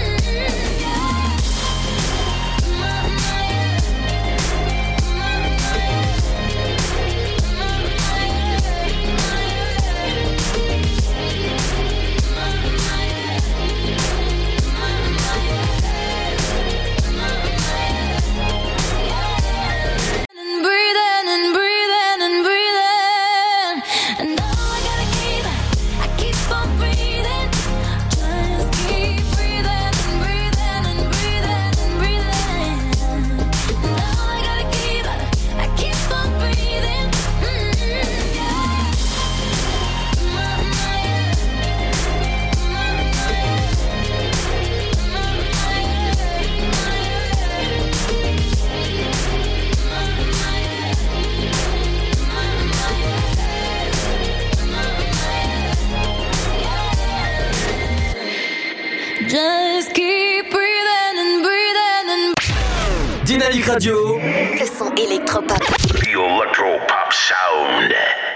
Just keep breathing and breathing and Dynamique Radio. Le son électropop. The electropop sound.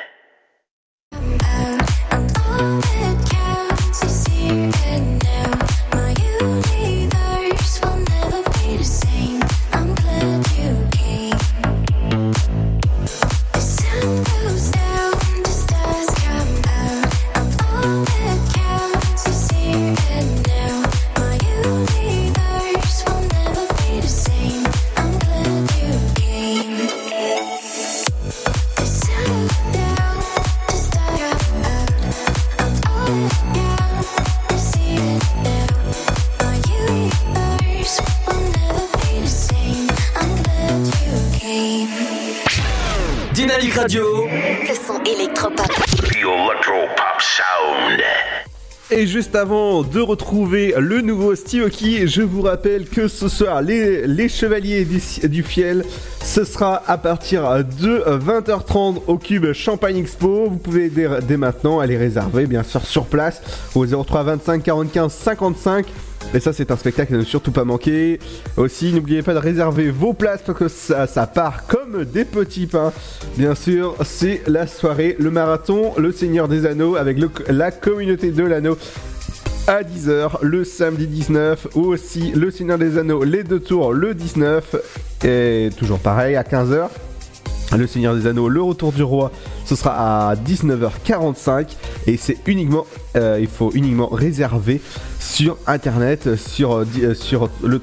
Dynamique Radio. Le son électropop. The electropop sound. Et juste avant de retrouver le nouveau Steve Aoki, je vous rappelle que ce soir, les Chevaliers du Fiel, ce sera à partir de 20h30 au Cube Champagne Expo. Vous pouvez dès maintenant aller réserver, bien sûr, sur place au 03 25 45 55. Et ça, c'est un spectacle à ne surtout pas manquer. Aussi, n'oubliez pas de réserver vos places parce que ça part comme des petits pains. Bien sûr, c'est la soirée, le marathon, le Seigneur des Anneaux avec la communauté de l'anneau à 10h le samedi 19. Ou aussi le Seigneur des Anneaux, les 2 tours le 19. Et toujours pareil, à 15h. Le Seigneur des Anneaux, le retour du roi, ce sera à 19h45 et c'est uniquement, il faut uniquement réserver sur internet, sur le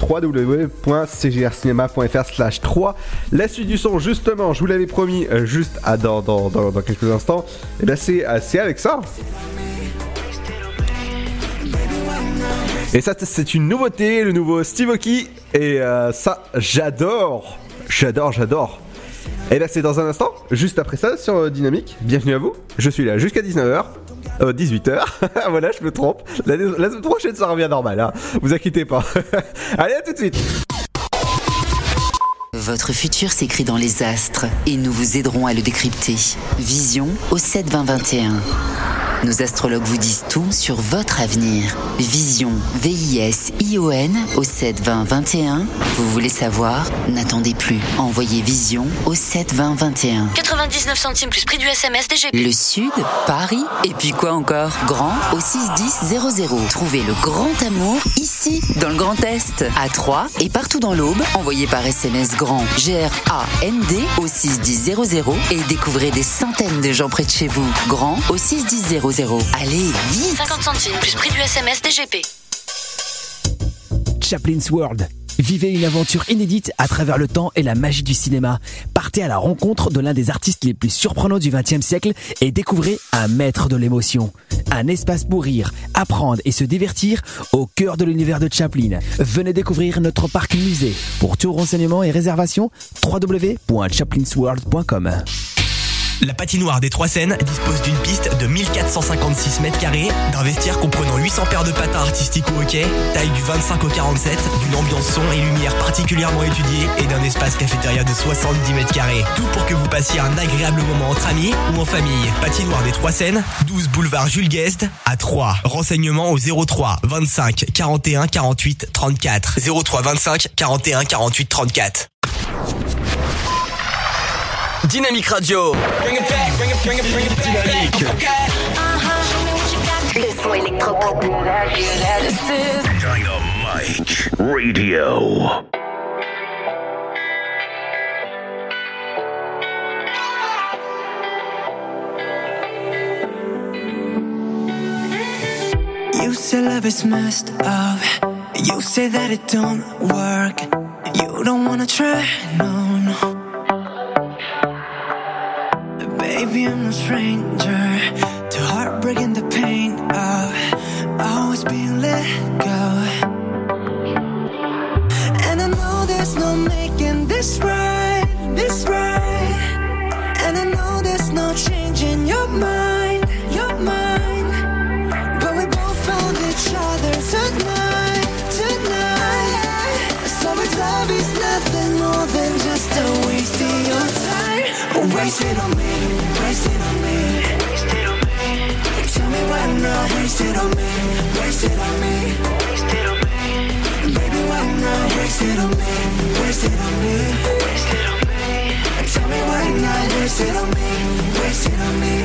www.cgrcinema.fr/3. La suite du son, justement, je vous l'avais promis, juste dans quelques instants, et ben c'est avec ça. Et ça, c'est une nouveauté, le nouveau Steve Aoki, et ça, j'adore. Et là c'est dans un instant, juste après ça sur Dynamique. Bienvenue à vous, je suis là jusqu'à 19h, 18h, voilà je me trompe. La semaine prochaine ça revient normal, hein. Vous inquiétez pas. Allez, à tout de suite. Votre futur s'écrit dans les astres et nous vous aiderons à le décrypter. Vision au 7-20-21. Nos astrologues vous disent tout sur votre avenir. Vision, V-I-S-I-O-N au 7-20-21. Vous voulez savoir? N'attendez plus. Envoyez Vision au 7-20-21. 99 centimes plus prix du SMS DGP. Le Sud, Paris, et puis quoi encore? Grand au 61000. Trouvez le grand amour ici, dans le Grand Est, à Troyes et partout dans l'Aube. Envoyez par SMS grand G-R-A-N-D au 61000 et découvrez des centaines de gens près de chez vous. Grand au 61000. Allez, vite! 50 centimes plus prix du SMS DGP. Chaplin's World. Vivez une aventure inédite à travers le temps et la magie du cinéma. Partez à la rencontre de l'un des artistes les plus surprenants du XXe siècle et découvrez un maître de l'émotion. Un espace pour rire, apprendre et se divertir au cœur de l'univers de Chaplin. Venez découvrir notre parc musée. Pour tout renseignement et réservation, www.chaplinsworld.com. La patinoire des Trois Seines dispose d'une piste de 1456 mètres carrés, d'un vestiaire comprenant 800 paires de patins artistiques au hockey, taille du 25 au 47, d'une ambiance son et lumière particulièrement étudiée et d'un espace cafétéria de 70 mètres carrés. Tout pour que vous passiez un agréable moment entre amis ou en famille. Patinoire des Trois Seines, 12 boulevard Jules Guest à Troyes. Renseignements au 03 25 41 48 34. 03 25 41 48 34. Dynamique Radio. Dynamique. Le son électropop. Dynamique Radio. You say love is messed up. You say that it don't work. You don't wanna try, no. Baby, I'm no stranger to heartbreak and the pain of always being let go. And I know there's no making this right. And I know there's no changing your mind. But we both found each other tonight. So it's love is nothing more than just a waste of your time. Waste it on me. Tell me why not, waste it on me. Baby, why not, waste it on me. Tell me why not, waste it on me.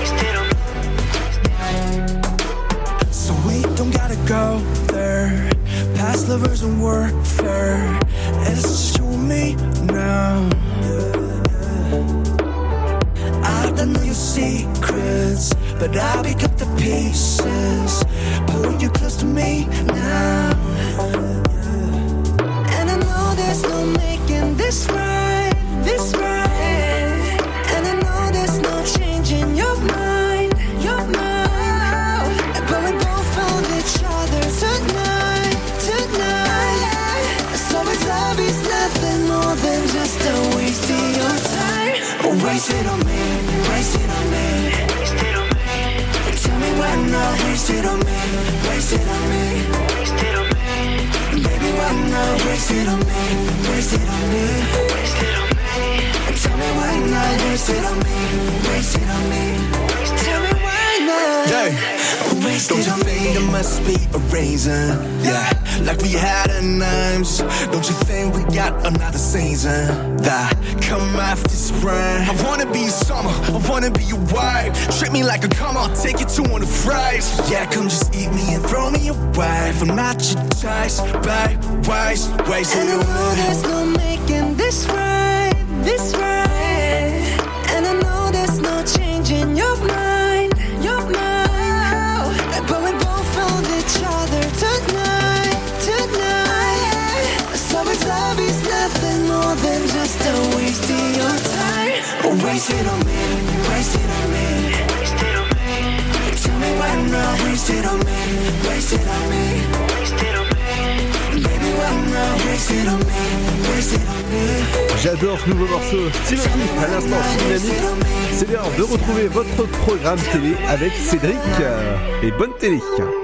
So we don't gotta go there. Past lovers and warfare. It's just you and me now. I don't know your secrets, but I pick up the pieces, pull you close to me now. And I know there's no making this right. And I know there's no changing your mind. But we both found each other tonight. So it's love is nothing more than just a waste of your time. Waste it on me. Tell me why not, waste it on me. Baby, why not, waste it on me. Tell me why not, waste it on me. Tell me why not. Yeah. Don't you think it must be a reason? Yeah, like we had a names. Don't you think we got another season that come after spring? I wanna be your summer, I wanna be your wife. Treat me like a come, I'll take you to one of the fries. Yeah, come just eat me and throw me away. I'm not your choice, babe. Waste And I know there's no making this right, this right. And I know there's no changing your mind, your mind. But we both found each other tonight, tonight. So it's love is nothing more than just a waste of your time. Waste it on me, waste it on me, waste it on me. Tell me why not, waste it on me, waste it on me, waste it on me. Baby, why not, waste it on me, waste it on me. J'adore ce nouveau morceau. Timothy, à l'instant, Dynamique. C'est l'heure de retrouver votre programme télé avec Cédric. Et bonne télé.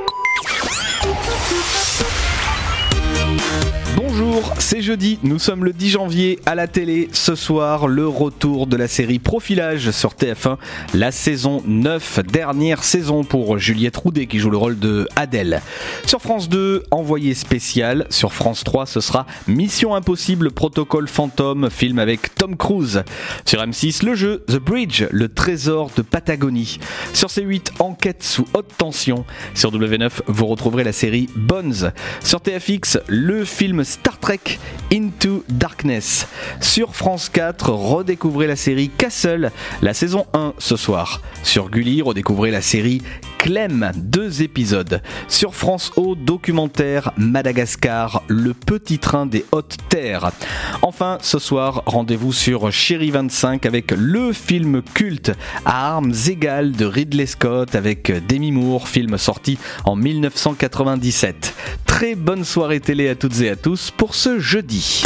Bonjour, c'est jeudi, nous sommes le 10 janvier à la télé. Ce soir, le retour de la série Profilage sur TF1, la saison 9, dernière saison pour Juliette Roudet qui joue le rôle de Adèle. Sur France 2, Envoyé spécial. Sur France 3, ce sera Mission Impossible, Protocole Fantôme, film avec Tom Cruise. Sur M6, le jeu The Bridge, le trésor de Patagonie. Sur C8, Enquête sous haute tension. Sur W9, vous retrouverez la série Bones. Sur TFX, le film Star Trek Into Darkness. Sur France 4, redécouvrez la série Castle, la saison 1 ce soir. Sur Gulli, redécouvrez la série Clem, 2 épisodes. Sur France O, documentaire Madagascar, le petit train des hautes terres. Enfin, ce soir, rendez-vous sur Chérie 25 avec le film culte à armes égales de Ridley Scott avec Demi Moore, film sorti en 1997. Très bonne soirée télé à toutes et à tous pour ce jeudi.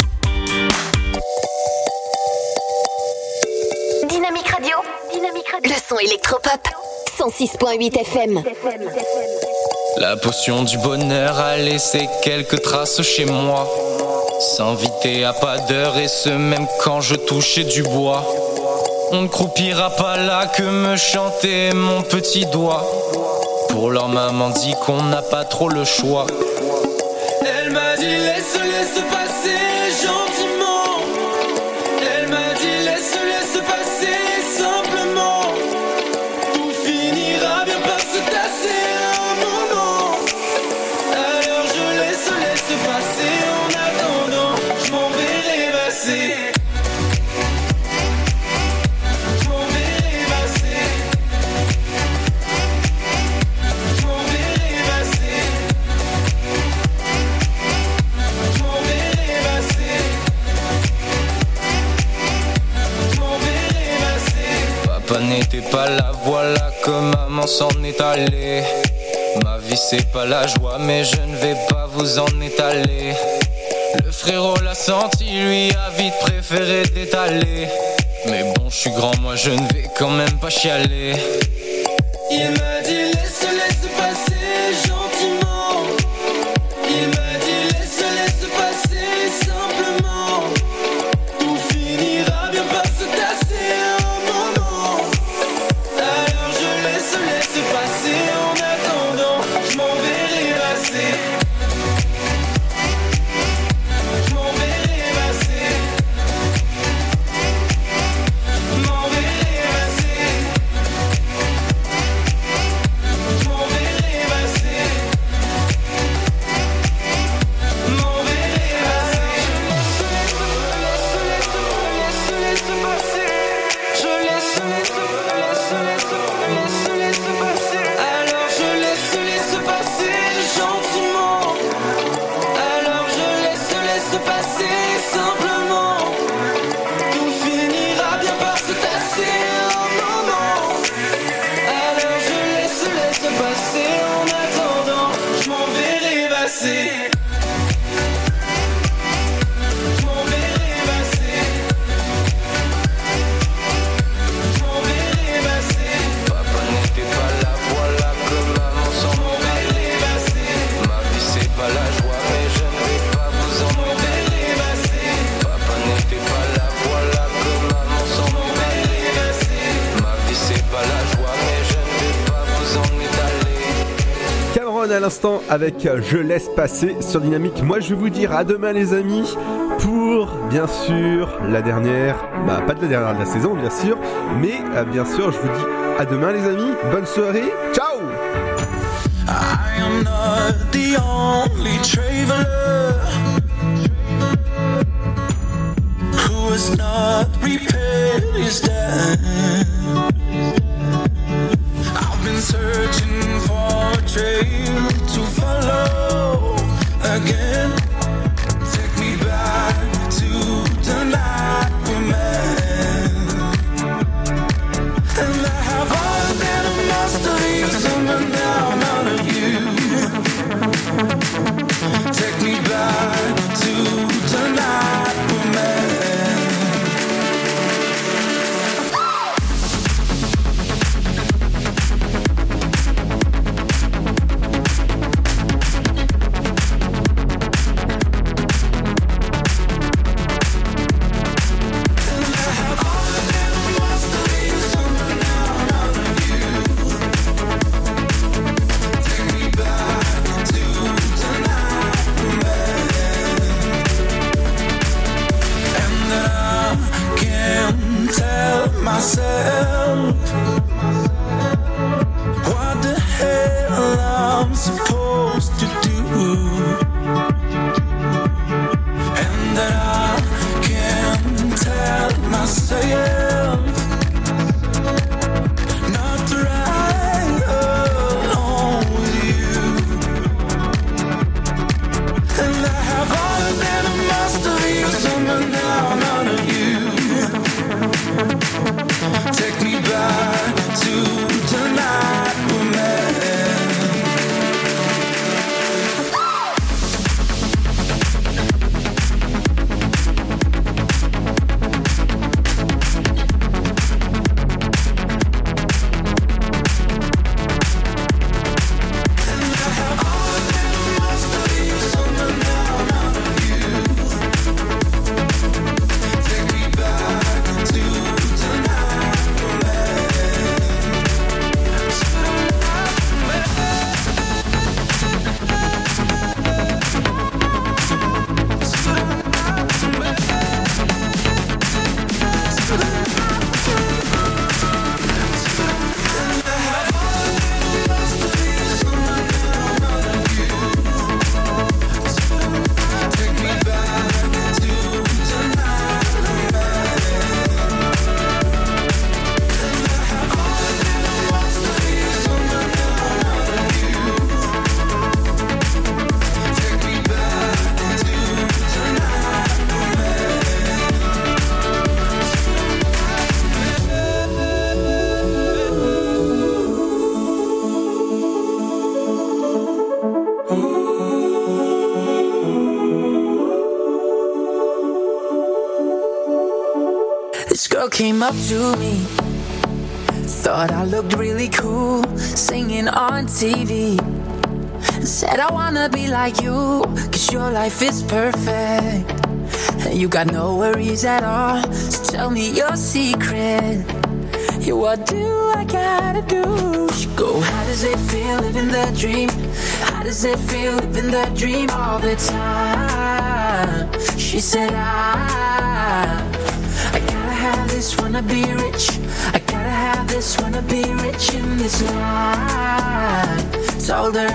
Dynamique Radio, le son électropop, 106.8 FM. La potion du bonheur a laissé quelques traces chez moi. S'inviter à pas d'heure et ce même quand je touchais du bois. On ne croupira pas là que me chantait mon petit doigt. Pour leur maman dit qu'on n'a pas trop le choix. Elle m'a dit laisse passer gentiment. Elle m'a dit laisse passer simplement. Tout finira bien par se tasser un moment. Alors je laisse passer. En attendant, je m'en vais rêvasser. N'était pas là, voilà que maman s'en est allée. Ma vie c'est pas la joie, mais je ne vais pas vous en étaler. Le frérot l'a senti, lui a vite préféré d'étaler. Mais bon, je suis grand, moi je ne vais quand même pas chialer. Il m'a dit laisse passer gentiment. Il m'a dit laisse passer simplement. Tout finira bien par se tasser un moment. Alors je laisse passer. En attendant, je m'en vais rêvasser. Je m'en vais rêvasser. M'en vais rêvasser. à l'instant avec Je laisse passer sur Dynamique. Moi je vais vous dire à demain les amis pour bien sûr la dernière, pas de la dernière de la saison bien sûr, mais bien sûr je vous dis à demain les amis, bonne soirée, ciao. I am not the only traveler who has not repaired his debt. I've been searching for a trail to follow again. Take me back to the night we met. And I have all been a master of someone now, none of you. Take me back to the night we met. Myself, what the hell I'm supposed to do, and that I can't tell myself not to ride along with you. And I have all been a master of someone now, none of you. Take me back to the night we met. This girl came up to me, thought I looked really cool, singing on TV. Said I wanna be like you, cause your life is perfect. And you got no worries at all, so tell me your secret. Yeah, what do I gotta do? She go, how does it feel living the dream? How does it feel living the dream all the time? She said, I gotta have this, wanna be rich. I gotta have this, wanna be rich in this life. Told her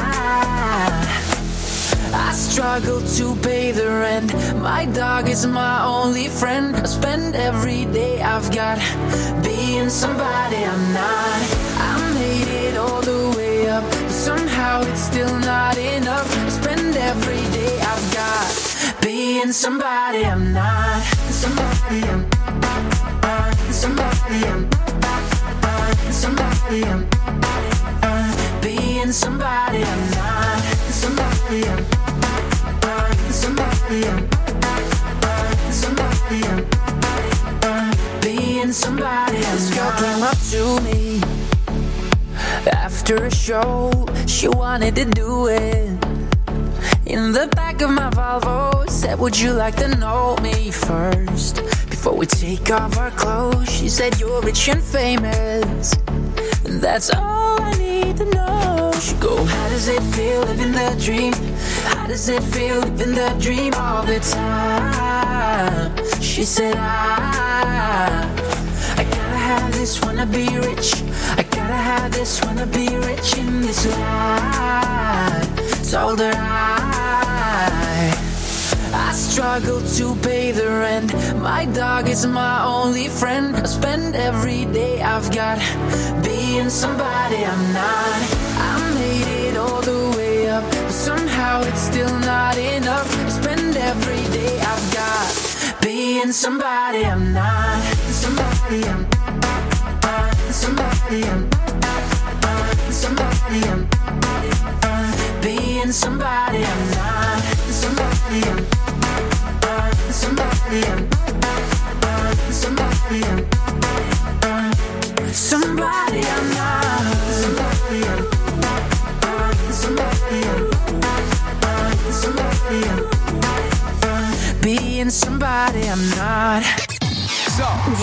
I struggle to pay the rent. My dog is my only friend. I spend every day I've got being somebody I'm not. I made it all the way up, but somehow it's still not enough. I spend every day I've got being somebody I'm not. Somebody I'm somebody I'm somebody I'm being somebody I'm not. Somebody I'm somebody I'm somebody I'm being somebody I'm. This girl came up to me after a show, she wanted to do it in the back of my Volvo. Said, would you like to know me first before we take off our clothes? She said, you're rich and famous, and that's all I need to know. She go, how does it feel living the dream? How does it feel living the dream all the time? She said, I gotta have this, wanna be rich. I gotta have this, wanna be rich in this life. Told her I struggle to pay the rent. My dog is my only friend. I spend every day I've got being somebody I'm not. I made it all the way up, but somehow it's still not enough. I spend every day I've got being somebody I'm not. Somebody I'm somebody I'm somebody I'm being somebody I'm not. Somebody I'm somebody I'm somebody I'm somebody I'm not. Somebody I'm somebody I'm somebody I'm being somebody I'm not.